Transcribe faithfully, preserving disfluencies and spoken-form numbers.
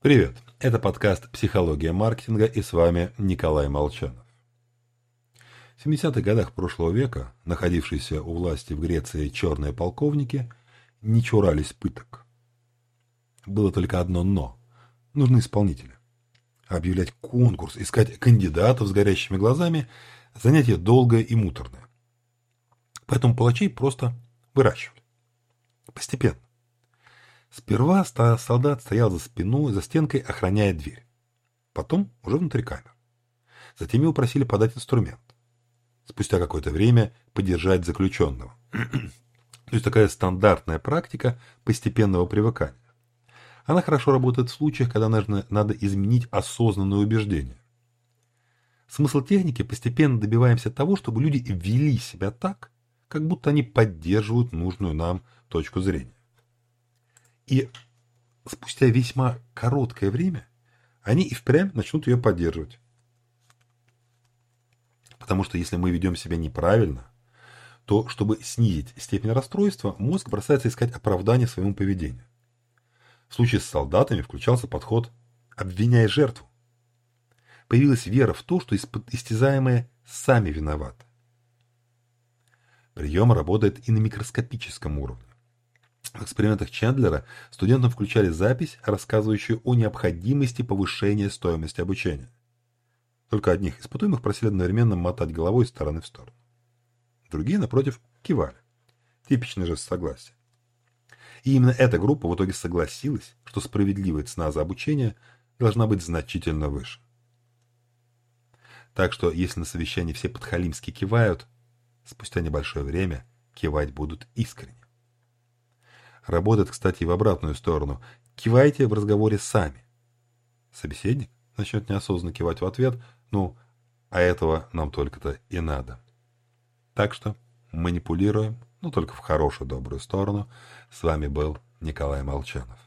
Привет, это подкаст «Психология маркетинга» и с вами Николай Молчанов. В семидесятых годах прошлого века находившиеся у власти в Греции черные полковники не чурались пыток. Было только одно «но». Нужны исполнители. Объявлять конкурс, искать кандидатов с горящими глазами – занятие долгое и муторное. Поэтому палачей просто выращивали. Постепенно. Сперва солдат стоял за спиной, за стенкой, охраняя дверь. Потом уже внутри камер. Затем его просили подать инструмент. Спустя какое-то время подержать заключенного. То есть такая стандартная практика постепенного привыкания. Она хорошо работает в случаях, когда нужно, надо изменить осознанное убеждение. Смысл техники – постепенно добиваемся того, чтобы люди вели себя так, как будто они поддерживают нужную нам точку зрения. И спустя весьма короткое время они и впрямь начнут ее поддерживать. Потому что если мы ведем себя неправильно, то, чтобы снизить степень расстройства, мозг бросается искать оправдание своему поведению. В случае с солдатами включался подход «обвиняй жертву». Появилась вера в то, что истязаемые сами виноваты. Прием работает и на микроскопическом уровне. В экспериментах Чендлера студентам включали запись, рассказывающую о необходимости повышения стоимости обучения. Только одних испытуемых просили одновременно мотать головой из стороны в сторону. Другие, напротив, кивали. Типичный жест согласия. И именно эта группа в итоге согласилась, что справедливая цена за обучение должна быть значительно выше. Так что, если на совещании все подхалимски кивают, спустя небольшое время кивать будут искренне. Работает, кстати, и в обратную сторону. Кивайте в разговоре сами. Собеседник начнет неосознанно кивать в ответ, ну, а этого нам только-то и надо. Так что манипулируем, но только в хорошую добрую сторону. С вами был Николай Молчанов.